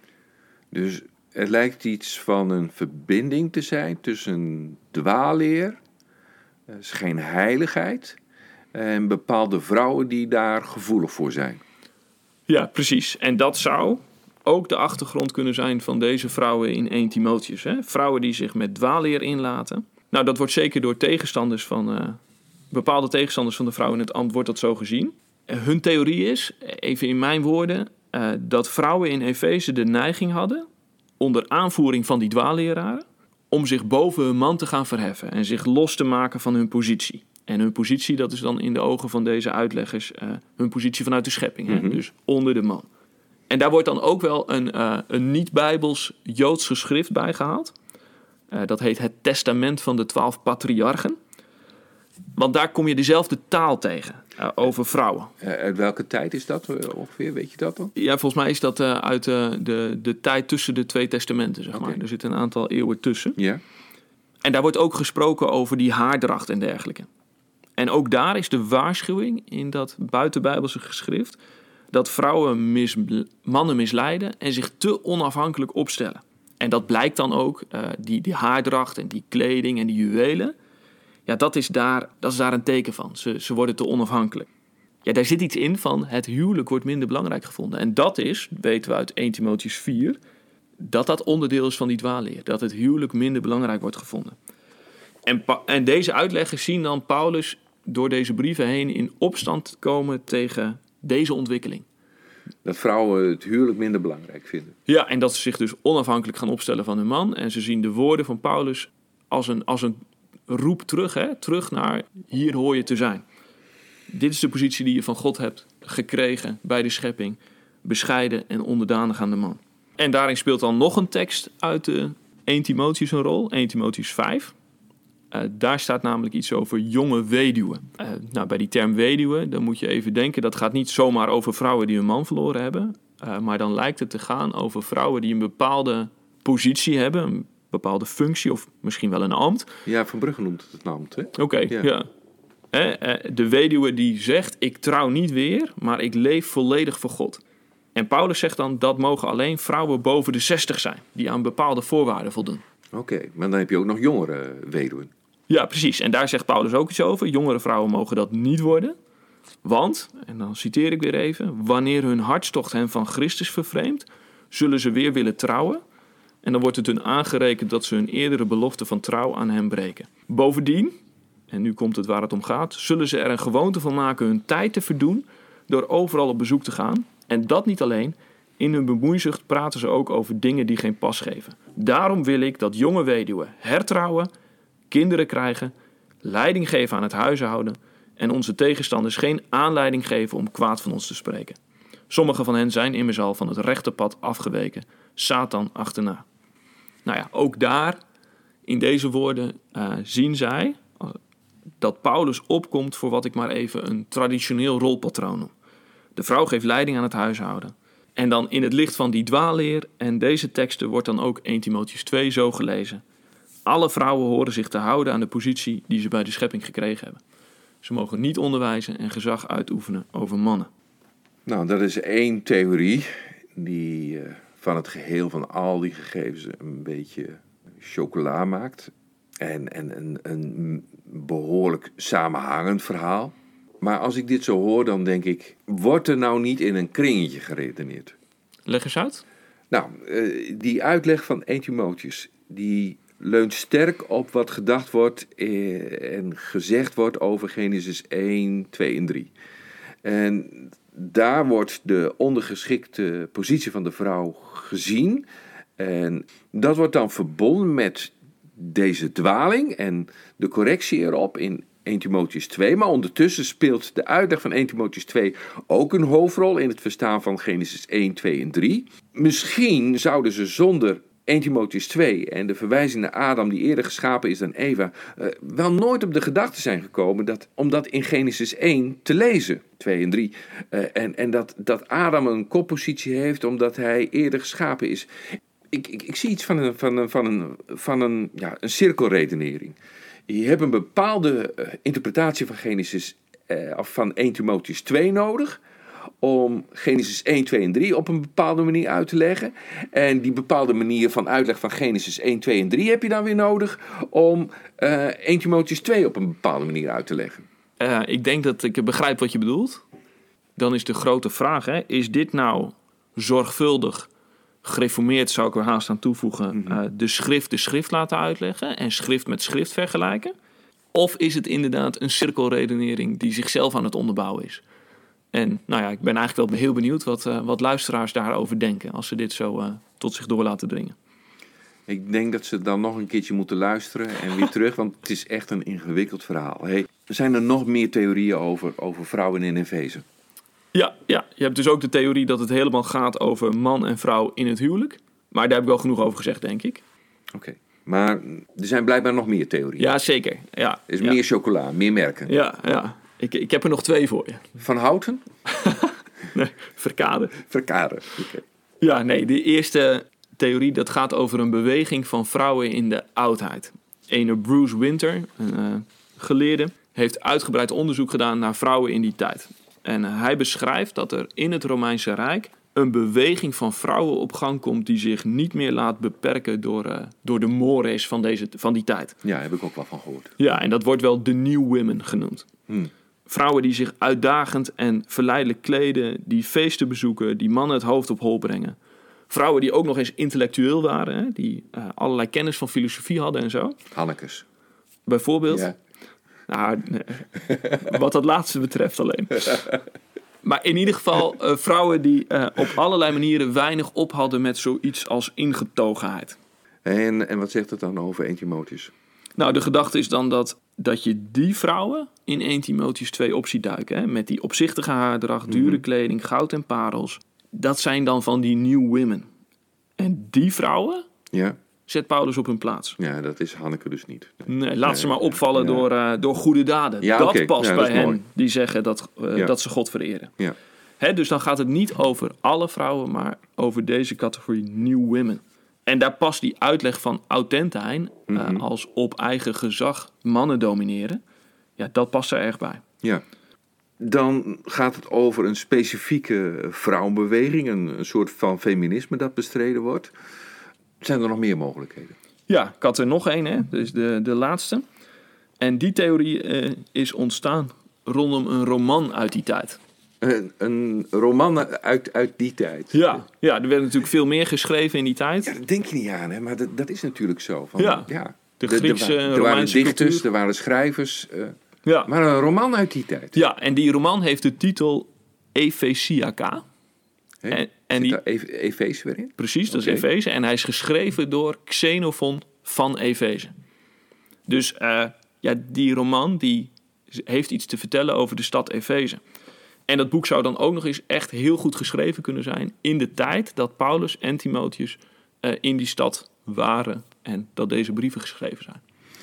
Dus het lijkt iets van een verbinding te zijn tussen dwaalleer, eh, schijnheiligheid en bepaalde vrouwen die daar gevoelig voor zijn. Ja, precies. En dat zou ook de achtergrond kunnen zijn van deze vrouwen in eerste Timotheus. Hè? Vrouwen die zich met dwaalleer inlaten. Nou, dat wordt zeker door tegenstanders van, uh, bepaalde tegenstanders van de vrouwen in het ambt wordt dat zo gezien. Uh, hun theorie is, even in mijn woorden, uh, dat vrouwen in Efeze de neiging hadden, onder aanvoering van die dwaalleraren, om zich boven hun man te gaan verheffen en zich los te maken van hun positie. En hun positie, dat is dan in de ogen van deze uitleggers uh, hun positie vanuit de schepping. Mm-hmm. Hè? Dus onder de man. En daar wordt dan ook wel een, uh, een niet-bijbels Joods geschrift bij gehaald. Uh, dat heet het Testament van de Twaalf Patriarchen. Want daar kom je dezelfde taal tegen uh, over vrouwen. Uh, uit welke tijd is dat uh, ongeveer? Weet je dat dan? Ja, volgens mij is dat uh, uit uh, de, de tijd tussen de twee testamenten, zeg Okay. maar. Er zitten een aantal eeuwen tussen. Ja. En daar wordt ook gesproken over die haardracht en dergelijke. En ook daar is de waarschuwing in dat buitenbijbelse geschrift dat vrouwen mis, mannen misleiden en zich te onafhankelijk opstellen. En dat blijkt dan ook, uh, die, die haardracht en die kleding en die juwelen. Ja, dat is daar, dat is daar een teken van. Ze, ze worden te onafhankelijk. Ja, daar zit iets in van het huwelijk wordt minder belangrijk gevonden. En dat is, weten we uit Eerste Timotheüs vier, dat dat onderdeel is van die dwaalleer. Dat het huwelijk minder belangrijk wordt gevonden. En, en deze uitleggers zien dan Paulus door deze brieven heen in opstand komen tegen deze ontwikkeling. Dat vrouwen het huwelijk minder belangrijk vinden. Ja, en dat ze zich dus onafhankelijk gaan opstellen van hun man. En ze zien de woorden van Paulus als een, als een roep terug, hè? Terug naar hier hoor je te zijn. Dit is de positie die je van God hebt gekregen bij de schepping. Bescheiden en onderdanig aan de man. En daarin speelt dan nog een tekst uit de Eerste Timotheüs een rol. Eerste Timotheüs vijf. Uh, daar staat namelijk iets over jonge weduwen. Uh, nou, bij die term weduwe, dan moet je even denken, dat gaat niet zomaar over vrouwen die hun man verloren hebben. Uh, maar dan lijkt het te gaan over vrouwen die een bepaalde positie hebben, een bepaalde functie of misschien wel een ambt. Ja, Van Brugge noemt het een ambt, hè? Oké, okay, ja. ja. Eh, eh, de weduwe die zegt, ik trouw niet weer, maar ik leef volledig voor God. En Paulus zegt dan, dat mogen alleen vrouwen boven de zestig zijn, die aan bepaalde voorwaarden voldoen. Oké, okay, maar dan heb je ook nog jongere weduwen. Ja, precies. En daar zegt Paulus ook iets over. Jongere vrouwen mogen dat niet worden. Want, en dan citeer ik weer even, wanneer hun hartstocht hen van Christus vervreemdt, zullen ze weer willen trouwen. En dan wordt het hun aangerekend dat ze hun eerdere belofte van trouw aan hem breken. Bovendien, en nu komt het waar het om gaat, zullen ze er een gewoonte van maken hun tijd te verdoen door overal op bezoek te gaan. En dat niet alleen. In hun bemoeizucht praten ze ook over dingen die geen pas geven. Daarom wil ik dat jonge weduwen hertrouwen, kinderen krijgen, leiding geven aan het huishouden en onze tegenstanders geen aanleiding geven om kwaad van ons te spreken. Sommigen van hen zijn immers al van het rechte pad afgeweken, Satan achterna. Nou ja, ook daar, in deze woorden, uh, zien zij uh, dat Paulus opkomt voor wat ik maar even een traditioneel rolpatroon noem. De vrouw geeft leiding aan het huishouden. En dan in het licht van die dwaalleer en deze teksten wordt dan ook Eerste Timotheüs twee zo gelezen. Alle vrouwen horen zich te houden aan de positie die ze bij de schepping gekregen hebben. Ze mogen niet onderwijzen en gezag uitoefenen over mannen. Nou, dat is één theorie die uh, van het geheel van al die gegevens een beetje chocola maakt. En, en een, een behoorlijk samenhangend verhaal. Maar als ik dit zo hoor, dan denk ik, wordt er nou niet in een kringetje geredeneerd? Leg eens uit. Nou, uh, die uitleg van Eerste Timotheüs, die leunt sterk op wat gedacht wordt eh, en gezegd wordt over Genesis één, twee en drie. En daar wordt de ondergeschikte positie van de vrouw gezien. En dat wordt dan verbonden met deze dwaling en de correctie erop in Eerste Timotheüs twee. Maar ondertussen speelt de uitleg van Eerste Timotheüs twee ook een hoofdrol in het verstaan van Genesis één, twee en drie. Misschien zouden ze zonder Eerste Timotheüs twee en de verwijzing naar Adam die eerder geschapen is dan Eva, uh, wel nooit op de gedachte zijn gekomen dat, om dat in Genesis één te lezen, twee en drie. Uh, en en dat, dat Adam een koppositie heeft omdat hij eerder geschapen is. Ik, ik, ik zie iets van een, van een, van een, van een, ja, een cirkelredenering. Je hebt een bepaalde uh, interpretatie van Genesis, uh, of van Eerste Timotheüs twee nodig om Genesis één, twee en drie op een bepaalde manier uit te leggen. En die bepaalde manier van uitleg van Genesis één, twee en drie heb je dan weer nodig om uh, Eerste Timotheüs twee op een bepaalde manier uit te leggen. Uh, ik denk dat ik begrijp wat je bedoelt. Dan is de grote vraag, hè, is dit nou zorgvuldig gereformeerd, zou ik er haast aan toevoegen, mm-hmm. uh, de schrift de schrift laten uitleggen en schrift met schrift vergelijken? Of is het inderdaad een cirkelredenering die zichzelf aan het onderbouwen is? En nou ja, ik ben eigenlijk wel heel benieuwd wat, uh, wat luisteraars daarover denken als ze dit zo uh, tot zich door laten dringen. Ik denk dat ze dan nog een keertje moeten luisteren en weer terug, want het is echt een ingewikkeld verhaal. Hey, zijn er nog meer theorieën over, over vrouwen in Efeze? Ja, ja, je hebt dus ook de theorie dat het helemaal gaat over man en vrouw in het huwelijk. Maar daar heb ik wel genoeg over gezegd, denk ik. Oké. Okay. Maar er zijn blijkbaar nog meer theorieën. Ja, zeker. Ja, Er is ja. meer chocola, meer merken. Ja, ja. Ik, ik heb er nog twee voor je. Van Houten? Nee, Verkade. Verkade. Okay. Ja, nee, de eerste theorie dat gaat over een beweging van vrouwen in de oudheid. Ene Bruce Winter, een uh, geleerde, heeft uitgebreid onderzoek gedaan naar vrouwen in die tijd. En uh, hij beschrijft dat er in het Romeinse Rijk een beweging van vrouwen op gang komt die zich niet meer laat beperken door, uh, door de mores van, deze, van die tijd. Ja, daar heb ik ook wel van gehoord. Ja, en dat wordt wel de New Women genoemd. Hmm. Vrouwen die zich uitdagend en verleidelijk kleden, die feesten bezoeken, die mannen het hoofd op hol brengen. Vrouwen die ook nog eens intellectueel waren, hè, die uh, allerlei kennis van filosofie hadden en zo. Hannekes. Bijvoorbeeld. Ja. Nou, nee, wat dat laatste betreft alleen. Maar in ieder geval uh, vrouwen die uh, op allerlei manieren weinig op hadden met zoiets als ingetogenheid. En, en wat zegt het dan over één Timotheus? Nou, de gedachte is dan dat, dat je die vrouwen in één Timotheus twee op ziet duiken. Hè? Met die opzichtige haardracht, dure Mm-hmm. kleding, goud en parels. Dat zijn dan van die new women. En die vrouwen Ja? zet Paulus op hun plaats. Ja, dat is Hanneke dus niet. Nee. Nee, laat ze Nee, maar opvallen ja. door, uh, door goede daden. Ja, dat oké. past Ja, dat bij is hen mooi. die zeggen dat, uh, Ja. dat ze God vereren. Ja. Hè, dus dan gaat het niet over alle vrouwen, maar over deze categorie new women. En daar past die uitleg van Authentijn uh, Mhm. als op eigen gezag mannen domineren. Ja, dat past er erg bij. Ja. Dan gaat het over een specifieke vrouwenbeweging, een, een soort van feminisme dat bestreden wordt. Zijn er nog meer mogelijkheden? Ja, ik had er nog één, hè? Dus de, de laatste. En die theorie uh, is ontstaan rondom een roman uit die tijd. Een, een roman uit, uit die tijd. Ja, ja, er werd natuurlijk veel meer geschreven in die tijd. Ja, dat denk je niet aan, hè? Maar dat, dat is natuurlijk zo. Van, Ja. ja. De Er- er Griekse, wa- Er waren Romeinse dichters, cultuur. er waren schrijvers. Uh, Ja. maar een roman uit die tijd. Ja, en die roman heeft de titel Ephesiaca. Hè? En, Zit en die, daar Efe- Efeze weer in? precies, dat Oké. is Efeze. En hij is geschreven door Xenophon van Efeze. Dus uh, ja, die roman die heeft iets te vertellen over de stad Efeze. En dat boek zou dan ook nog eens echt heel goed geschreven kunnen zijn in de tijd dat Paulus en Timotheus uh, in die stad waren en dat deze brieven geschreven zijn.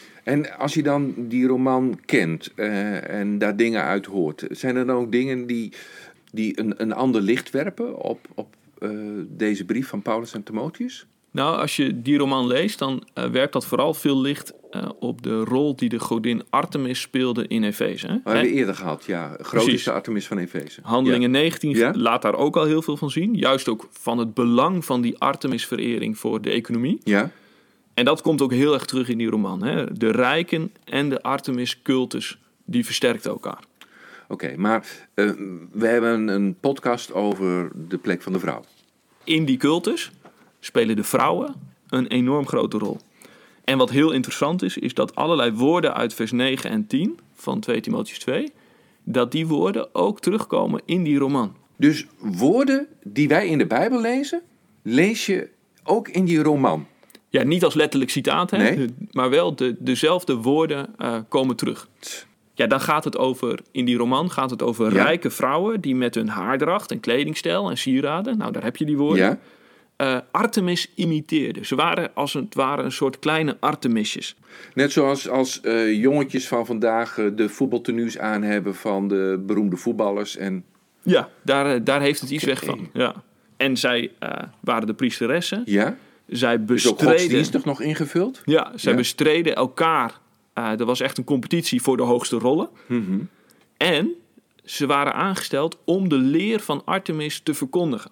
En als je dan die roman kent uh, en daar dingen uit hoort, zijn er dan ook dingen die, die een, een ander licht werpen op, op uh, deze brief van Paulus en Timotheus? Nou, als je die roman leest, dan uh, werpt dat vooral veel licht uh, op de rol die de godin Artemis speelde in Efeze. Hè? Dat hebben we eerder gehad, ja. Groot Precies. is de Artemis van Efeze. Handelingen Ja. negentien Ja? laat daar ook al heel veel van zien. Juist ook van het belang van die Artemis-verering voor de economie. Ja? En dat komt ook heel erg terug in die roman. Hè? De rijken en de Artemis-cultus, die versterkten elkaar. Oké, okay, maar uh, we hebben een podcast over de plek van de vrouw. In die cultus spelen de vrouwen een enorm grote rol. En wat heel interessant is, is dat allerlei woorden uit vers negen en tien van twee Timotheus twee... dat die woorden ook terugkomen in die roman. Dus woorden die wij in de Bijbel lezen, lees je ook in die roman? Ja, niet als letterlijk citaat, hè, Nee. maar wel de, dezelfde woorden uh, komen terug. Ja, dan gaat het over, in die roman gaat het over Ja. rijke vrouwen die met hun haardracht en kledingstijl en sieraden, nou daar heb je die woorden, Ja? uh, Artemis imiteerden. Ze waren als het ware een soort kleine Artemisjes. Net zoals als uh, jongetjes van vandaag uh, de voetbaltenues aan hebben van de beroemde voetballers. En... Ja, daar, uh, daar heeft het iets Oké. weg van. Ja. En zij uh, waren de priesteressen. Ja? Zij Is ook bestreden, godsdienstig nog ingevuld? ja, zij Ja. bestreden elkaar. Uh, er was echt een competitie voor de hoogste rollen. Mm-hmm. En ze waren aangesteld om de leer van Artemis te verkondigen.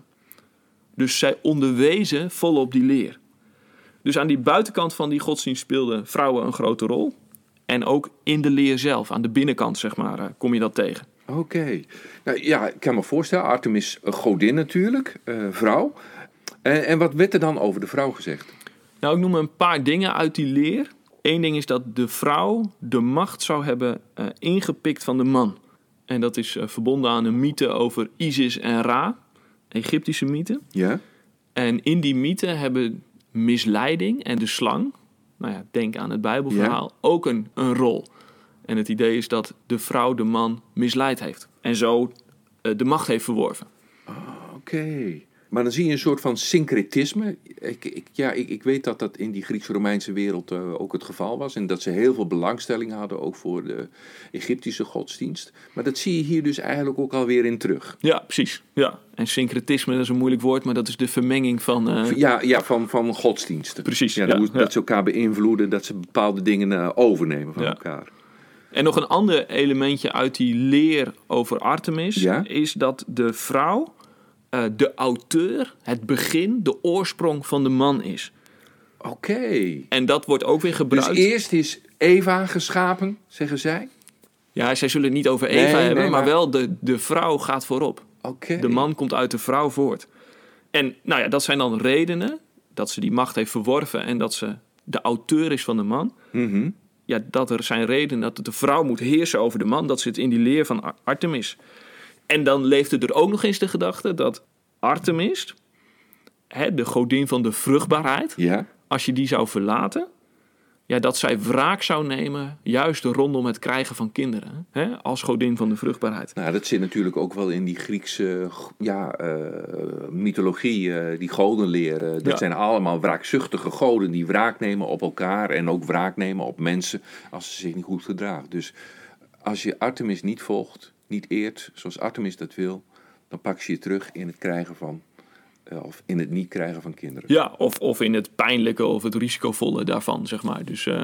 Dus zij onderwezen volop die leer. Dus aan die buitenkant van die godsdienst speelden vrouwen een grote rol. En ook in de leer zelf, aan de binnenkant zeg maar, uh, kom je dat tegen. Oké. Okay. Nou, ja, ik kan me voorstellen, Artemis, een godin natuurlijk, uh, vrouw. En, en wat werd er dan over de vrouw gezegd? Nou, ik noem een paar dingen uit die leer. Eén ding is dat de vrouw de macht zou hebben uh, ingepikt van de man. En dat is uh, verbonden aan een mythe over Isis en Ra, Egyptische mythe. Ja? En in die mythe hebben misleiding en de slang, nou ja, denk aan het Bijbelverhaal, ja. ook een, een rol. En het idee is dat de vrouw de man misleid heeft. En zo uh, de macht heeft verworven. Oh, oké. Okay. Maar dan zie je een soort van syncretisme. Ik, ik, ja, ik, ik weet dat dat in die Grieks-Romeinse wereld uh, ook het geval was. En dat ze heel veel belangstelling hadden, ook voor de Egyptische godsdienst. Maar dat zie je hier dus eigenlijk ook alweer in terug. Ja, precies. Ja. En syncretisme, dat is een moeilijk woord, maar dat is de vermenging van... Uh... Ja, ja van, van godsdiensten. Precies. Ja, ja, hoe, ja. Dat ze elkaar beïnvloeden, dat ze bepaalde dingen uh, overnemen van ja. elkaar. En nog een ander elementje uit die leer over Artemis... Ja? is dat de vrouw... Uh, de auteur, het begin, de oorsprong van de man is. Oké. Okay. En dat wordt ook weer gebruikt. Dus eerst is Eva geschapen, zeggen zij? Ja, zij zullen het niet over Eva nee, hebben, nee, maar... maar wel de, de vrouw gaat voorop. Oké. De man komt uit de vrouw voort. En nou ja, dat zijn dan redenen dat ze die macht heeft verworven... en dat ze de auteur is van de man. Mm-hmm. Ja, dat er zijn redenen dat de vrouw moet heersen over de man. Dat zit in die leer van Artemis. En dan leefde er ook nog eens de gedachte dat Artemis, hè, de godin van de vruchtbaarheid, ja. als je die zou verlaten, ja, dat zij wraak zou nemen juist rondom het krijgen van kinderen, hè, als godin van de vruchtbaarheid. Nou, dat zit natuurlijk ook wel in die Griekse ja, uh, mythologie, uh, die godenleer. Uh, dat ja. zijn allemaal wraakzuchtige goden die wraak nemen op elkaar en ook wraak nemen op mensen als ze zich niet goed gedragen. Dus als je Artemis niet volgt, niet eert zoals Artemis dat wil, dan pak je je terug in het krijgen van, uh, of in het niet krijgen van kinderen. Ja, of, of in het pijnlijke of het risicovolle daarvan, zeg maar. Dus, uh...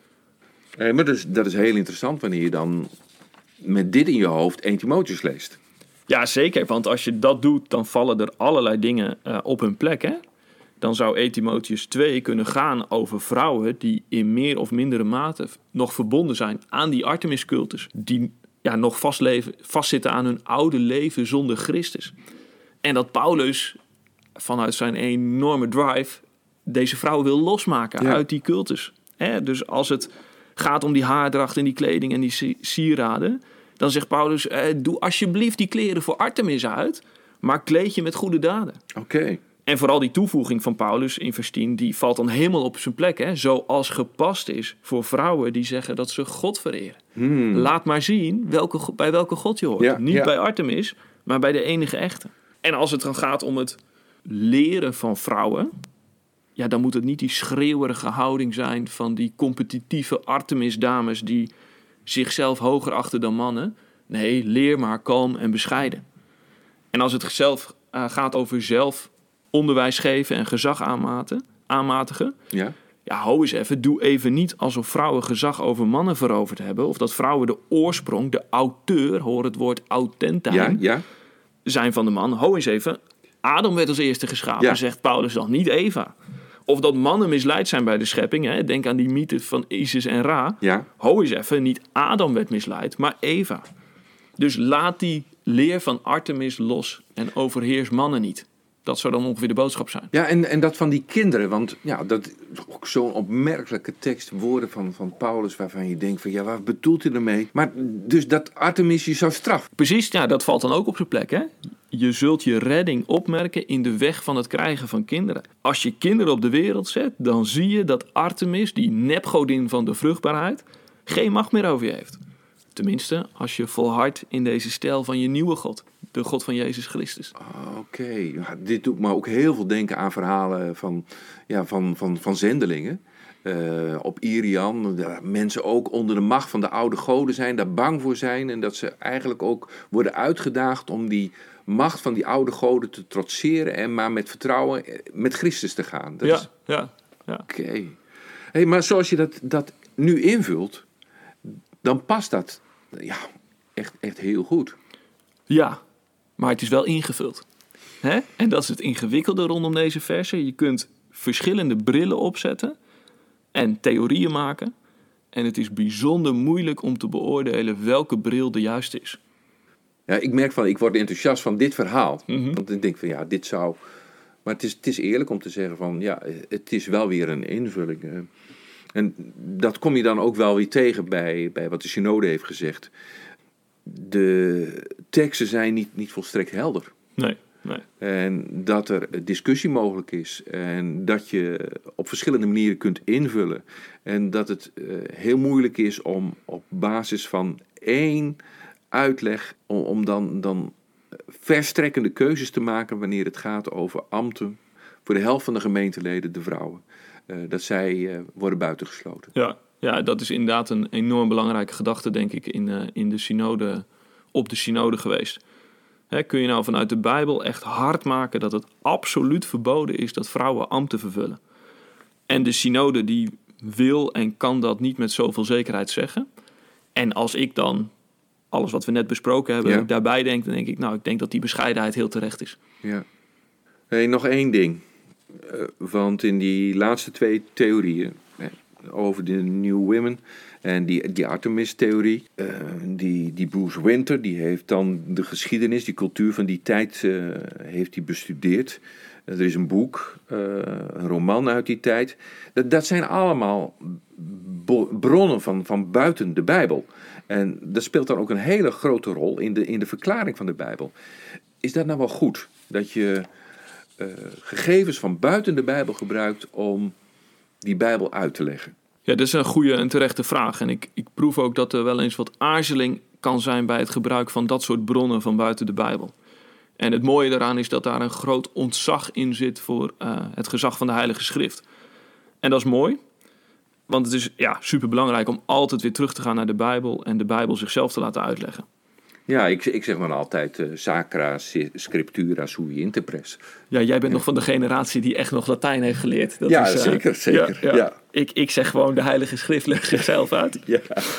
nee, maar dat is, dat is heel interessant wanneer je dan met dit in je hoofd één Timotheus leest. Ja, zeker. Want als je dat doet, dan vallen er allerlei dingen uh, op hun plek, hè? Dan zou Eerste Timotheus twee kunnen gaan over vrouwen die in meer of mindere mate nog verbonden zijn aan die Artemis-cultus. Die ja, nog vastleven, vastzitten aan hun oude leven zonder Christus. En dat Paulus vanuit zijn enorme drive deze vrouw wil losmaken ja. uit die cultus. Hè? Dus als het gaat om die haardracht en die kleding en die sieraden, dan zegt Paulus, eh, doe alsjeblieft die kleren voor Artemis uit, maar kleed je met goede daden. Oké. Okay. En vooral die toevoeging van Paulus in vers tien, die valt dan helemaal op zijn plek. Hè? Zoals gepast is voor vrouwen die zeggen dat ze God vereren. Hmm. Laat maar zien welke, bij welke God je hoort. Ja, Niet ja. bij Artemis, maar bij de enige echte. En als het dan gaat om het leren van vrouwen, ja, dan moet het niet die schreeuwerige houding zijn van die competitieve Artemis-dames die zichzelf hoger achten dan mannen. Nee, leer maar kalm en bescheiden. En als het zelf uh, gaat over zelf onderwijs geven en gezag aanmaten, aanmatigen. Ja. Ja, hou eens even. Doe even niet alsof vrouwen gezag over mannen veroverd hebben. Of dat vrouwen de oorsprong, de auteur, hoor het woord autentijn, ja, ja. zijn van de man. Hou eens even. Adam werd als eerste geschapen, ja. zegt Paulus dan, niet Eva. Of dat mannen misleid zijn bij de schepping. Hè? Denk aan die mythe van Isis en Ra. Ja. Hou eens even. Niet Adam werd misleid, maar Eva. Dus laat die leer van Artemis los en overheers mannen niet. Dat zou dan ongeveer de boodschap zijn. Ja, en, en dat van die kinderen. Want ja, dat is ook zo'n opmerkelijke tekst. Woorden van, van Paulus waarvan je denkt van ja, wat bedoelt hij ermee? Maar dus dat Artemis je zou straffen. Precies, ja, dat valt dan ook op zijn plek. Hè? Je zult je redding opmerken in de weg van het krijgen van kinderen. Als je kinderen op de wereld zet, dan zie je dat Artemis, die nepgodin van de vruchtbaarheid, geen macht meer over je heeft. Tenminste, als je volhardt in deze stijl van je nieuwe God. De God van Jezus Christus. Oké, okay. Ja, dit doet me ook heel veel denken aan verhalen van, ja, van, van, van zendelingen. Uh, op Irian, dat mensen ook onder de macht van de oude goden zijn, daar bang voor zijn. En dat ze eigenlijk ook worden uitgedaagd om die macht van die oude goden te trotseren en maar met vertrouwen met Christus te gaan. Dat ja, is... ja, ja. Oké. Okay. Hey, maar zoals je dat, dat nu invult, dan past dat ja, echt, echt heel goed. Ja, maar het is wel ingevuld. Hè? En dat is het ingewikkelde rondom deze versen. Je kunt verschillende brillen opzetten en theorieën maken. En het is bijzonder moeilijk om te beoordelen welke bril de juiste is. Ja, ik merk van, ik word enthousiast van dit verhaal. Mm-hmm. Want ik denk van, ja, dit zou... Maar het is, het is eerlijk om te zeggen van, ja, het is wel weer een invulling. En dat kom je dan ook wel weer tegen bij, bij wat de synode heeft gezegd. De teksten zijn niet, niet volstrekt helder. Nee, nee. En dat er discussie mogelijk is. En dat je op verschillende manieren kunt invullen. En dat het uh, heel moeilijk is om op basis van één uitleg... om, om dan, dan verstrekkende keuzes te maken wanneer het gaat over ambten. Voor de helft van de gemeenteleden, de vrouwen. Uh, dat zij uh, worden buitengesloten. Ja, ja, dat is inderdaad een enorm belangrijke gedachte, denk ik, in, uh, in de synode, op de synode geweest. Hè, kun je nou vanuit de Bijbel echt hard maken dat het absoluut verboden is dat vrouwen ambten vervullen? En de synode die wil en kan dat niet met zoveel zekerheid zeggen. En als ik dan alles wat we net besproken hebben, ja. daarbij denk, dan denk ik, nou, ik denk dat die bescheidenheid heel terecht is. Ja. Hey, nog één ding. Uh, want in die laatste twee theorieën, hè, over de New Women en die, die Artemis-theorie, uh, die, die Bruce Winter, die heeft dan de geschiedenis, die cultuur van die tijd, uh, heeft hij bestudeerd. Uh, er is een boek, uh, een roman uit die tijd. Dat, dat zijn allemaal bo- bronnen van, van buiten de Bijbel. En dat speelt dan ook een hele grote rol in de, in de verklaring van de Bijbel. Is dat nou wel goed, dat je uh, gegevens van buiten de Bijbel gebruikt om die Bijbel uit te leggen? Ja, dat is een goede en terechte vraag. En ik, ik proef ook dat er wel eens wat aarzeling kan zijn bij het gebruik van dat soort bronnen van buiten de Bijbel. En het mooie daaraan is dat daar een groot ontzag in zit voor uh, het gezag van de Heilige Schrift. En dat is mooi, want het is ja, superbelangrijk om altijd weer terug te gaan naar de Bijbel en de Bijbel zichzelf te laten uitleggen. Ja, ik, ik zeg maar altijd uh, sacra scriptura sui interpres. Ja, jij bent nog van de generatie die echt nog Latijn heeft geleerd. Dat ja, is, uh, zeker, zeker. Ja, ja. Ja. Ik, ik zeg gewoon de Heilige Schrift legt zichzelf uit. Ja.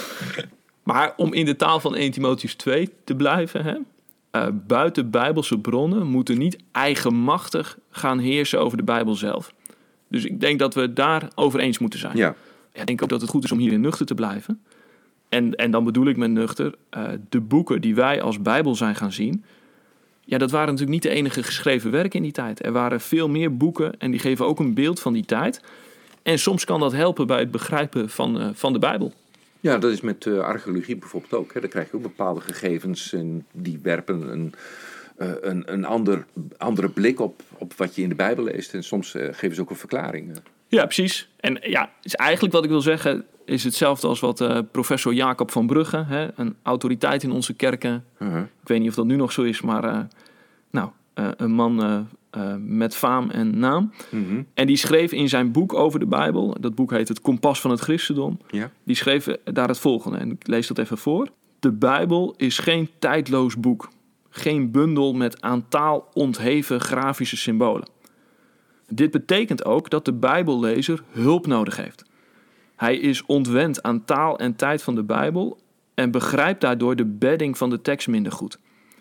Maar om in de taal van eerste Timotheüs twee te blijven, hè, uh, buiten Bijbelse bronnen moeten niet eigenmachtig gaan heersen over de Bijbel zelf. Dus ik denk dat we het daar over eens moeten zijn. Ja. Ja, ik denk ook dat het goed is om hierin nuchter te blijven. En, en dan bedoel ik met nuchter, uh, de boeken die wij als Bijbel zijn gaan zien, ja, dat waren natuurlijk niet de enige geschreven werken in die tijd. Er waren veel meer boeken en die geven ook een beeld van die tijd. En soms kan dat helpen bij het begrijpen van, uh, van de Bijbel. Ja, dat is met uh, archeologie bijvoorbeeld ook. Hè. Daar krijg je ook bepaalde gegevens en die werpen een, uh, een, een ander, andere blik op, op wat je in de Bijbel leest. En soms uh, geven ze ook een verklaring. Ja, precies. En ja, is eigenlijk wat ik wil zeggen is hetzelfde als wat uh, professor Jacob van Brugge, hè, een autoriteit in onze kerken. Uh-huh. Ik weet niet of dat nu nog zo is, maar uh, nou, uh, een man uh, uh, met faam en naam. Uh-huh. En die schreef in zijn boek over de Bijbel, dat boek heet Het Kompas van het Christendom, ja. Die schreef daar het volgende, en ik lees dat even voor. De Bijbel is geen tijdloos boek, geen bundel met aan taal ontheven grafische symbolen. Dit betekent ook dat de Bijbellezer hulp nodig heeft. Hij is ontwend aan taal en tijd van de Bijbel en begrijpt daardoor de bedding van de tekst minder goed.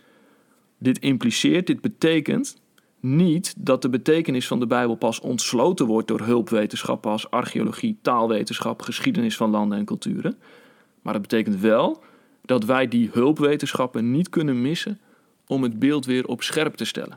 Dit impliceert, dit betekent niet dat de betekenis van de Bijbel pas ontsloten wordt door hulpwetenschappen als archeologie, taalwetenschap, geschiedenis van landen en culturen. Maar het betekent wel dat wij die hulpwetenschappen niet kunnen missen om het beeld weer op scherp te stellen.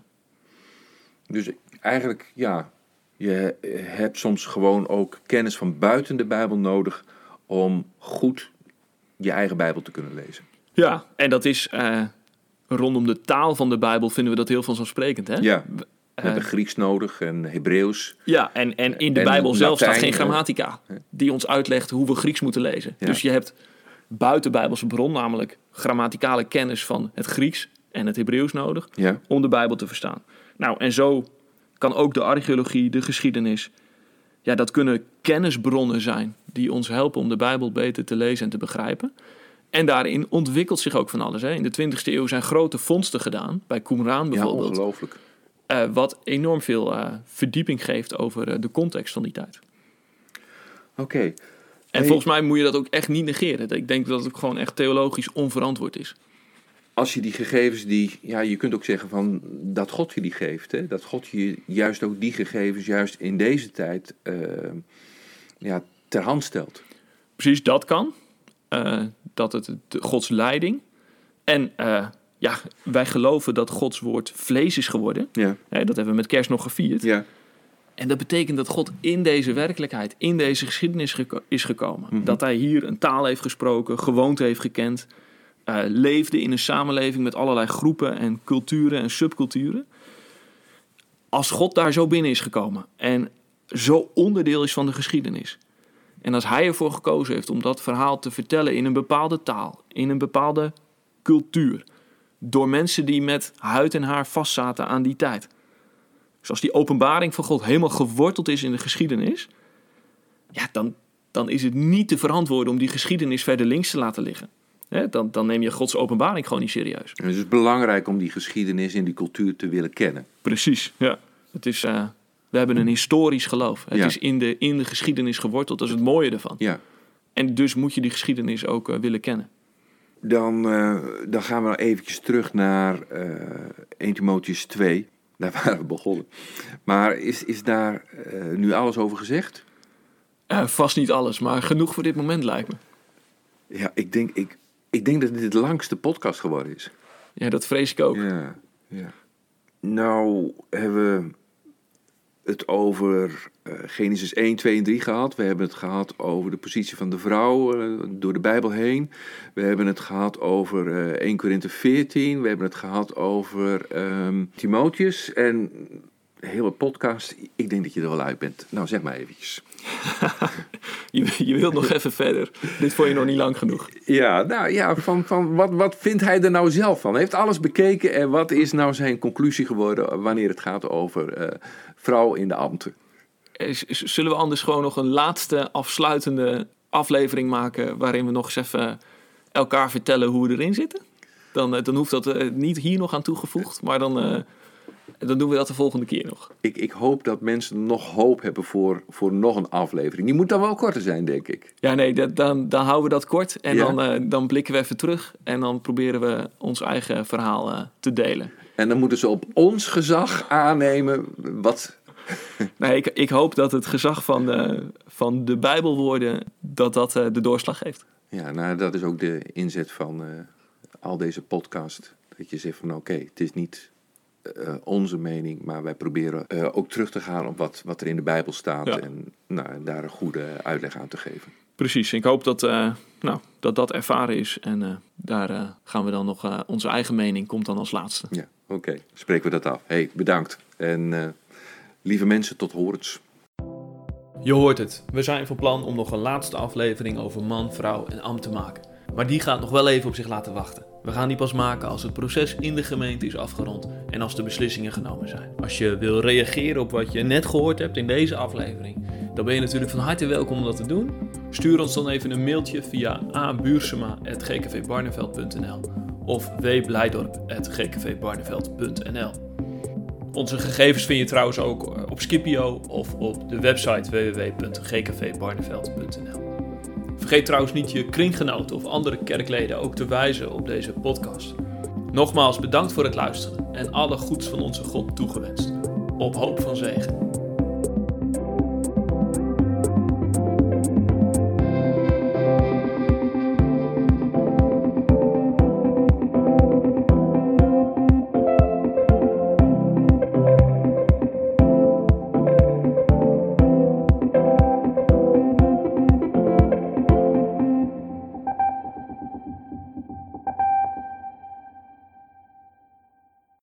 Dus eigenlijk, ja, je hebt soms gewoon ook kennis van buiten de Bijbel nodig om goed je eigen Bijbel te kunnen lezen. Ja, en dat is uh, rondom de taal van de Bijbel vinden we dat heel vanzelfsprekend, hè? Ja, we hebben uh, Grieks nodig en Hebreeuws. Ja, en, en in de en Bijbel zelf Latijn, staat geen grammatica die ons uitlegt hoe we Grieks moeten lezen. Ja. Dus je hebt buiten Bijbelse bron, namelijk grammaticale kennis van het Grieks en het Hebreeuws nodig, ja, om de Bijbel te verstaan. Nou, en zo kan ook de archeologie, de geschiedenis, ja, dat kunnen kennisbronnen zijn die ons helpen om de Bijbel beter te lezen en te begrijpen. En daarin ontwikkelt zich ook van alles. Hè. In de twintigste eeuw zijn grote vondsten gedaan, bij Qumran bijvoorbeeld. Ja, ongelooflijk. Uh, wat enorm veel uh, verdieping geeft over uh, de context van die tijd. Oké. Okay. En hey. volgens mij moet je dat ook echt niet negeren. Ik denk dat het ook gewoon echt theologisch onverantwoord is. Als je die gegevens die, ja, je kunt ook zeggen van dat God je die geeft, hè? Dat God je juist ook die gegevens juist in deze tijd uh, ja, ter hand stelt. Precies, dat kan. Uh, dat het de, Gods leiding. En uh, ja, wij geloven dat Gods woord vlees is geworden. Ja. Hè, dat hebben we met kerst nog gevierd. Ja. En dat betekent dat God in deze werkelijkheid, in deze geschiedenis geko- is gekomen. Mm-hmm. Dat hij hier een taal heeft gesproken, gewoonte heeft gekend. Uh, leefde in een samenleving met allerlei groepen en culturen en subculturen. Als God daar zo binnen is gekomen en zo onderdeel is van de geschiedenis. En als hij ervoor gekozen heeft om dat verhaal te vertellen in een bepaalde taal, in een bepaalde cultuur. door mensen die met huid en haar vastzaten aan die tijd. Dus als die openbaring van God helemaal geworteld is in de geschiedenis, ja, dan, dan is het niet te verantwoorden om die geschiedenis verder links te laten liggen. He, dan, dan neem je Gods openbaring gewoon niet serieus. En het is belangrijk om die geschiedenis en die cultuur te willen kennen. Precies, ja. Het is, uh, we hebben een historisch geloof. Het Ja. is in de, in de geschiedenis geworteld, dat is het mooie ervan. Ja. En dus moet je die geschiedenis ook uh, willen kennen. Dan, uh, dan gaan we nog eventjes terug naar uh, Eerste Timotheüs twee. Daar waren we begonnen. Maar is, is daar uh, nu alles over gezegd? Uh, vast niet alles, maar genoeg voor dit moment lijkt me. Ja, ik denk, ik, ik denk dat dit de langste podcast geworden is. Ja, dat vrees ik ook. Ja, ja. Nou hebben we het over uh, Genesis één, twee en drie gehad. We hebben het gehad over de positie van de vrouw uh, door de Bijbel heen. We hebben het gehad over uh, Eerste Korinthe veertien. We hebben het gehad over um, Timotheus. En de hele podcast, ik denk dat je er wel uit bent. Nou, zeg maar eventjes. je, je wilt nog even verder. Dit vond je nog niet lang genoeg. Ja, nou ja, van, van wat, wat vindt hij er nou zelf van? Hij heeft alles bekeken en wat is nou zijn conclusie geworden wanneer het gaat over uh, vrouw in de ambten? Zullen we anders gewoon nog een laatste afsluitende aflevering maken waarin we nog eens even elkaar vertellen hoe we erin zitten? Dan, dan hoeft dat uh, niet hier nog aan toegevoegd, maar dan, uh, dan doen we dat de volgende keer nog. Ik, ik hoop dat mensen nog hoop hebben voor, voor nog een aflevering. Die moet dan wel korter zijn, denk ik. Ja, nee, dat, dan, dan houden we dat kort en Ja. dan, uh, dan blikken we even terug en dan proberen we ons eigen verhaal uh, te delen. En dan moeten ze op ons gezag aannemen wat... Nee, ik, ik hoop dat het gezag van de, van de Bijbelwoorden, dat dat uh, de doorslag geeft. Ja, nou, dat is ook de inzet van uh, al deze podcast. Dat je zegt van oké, okay, het is niet uh, onze mening, maar wij proberen uh, ook terug te gaan op wat, wat er in de Bijbel staat. Ja. En nou, daar een goede uitleg aan te geven. Precies, ik hoop dat uh, nou, dat, dat ervaren is. En uh, daar uh, gaan we dan nog, uh, onze eigen mening komt dan als laatste. Ja, oké, okay. Spreken we dat af. Hey, bedankt. En uh, lieve mensen, tot horens. Je hoort het, we zijn van plan om nog een laatste aflevering over man, vrouw en ambt te maken. Maar die gaat nog wel even op zich laten wachten. We gaan die pas maken als het proces in de gemeente is afgerond en als de beslissingen genomen zijn. Als je wil reageren op wat je net gehoord hebt in deze aflevering, dan ben je natuurlijk van harte welkom om dat te doen. Stuur ons dan even een mailtje via a buursema at g k v barneveld punt n l of w blijdorp at g k v barneveld punt n l. Onze gegevens vind je trouwens ook op Scipio of op de website w w w punt g k v barneveld punt n l. Vergeet trouwens niet je kringgenoten of andere kerkleden ook te wijzen op deze podcast. Nogmaals bedankt voor het luisteren en alle goeds van onze God toegewenst. Op hoop van zegen.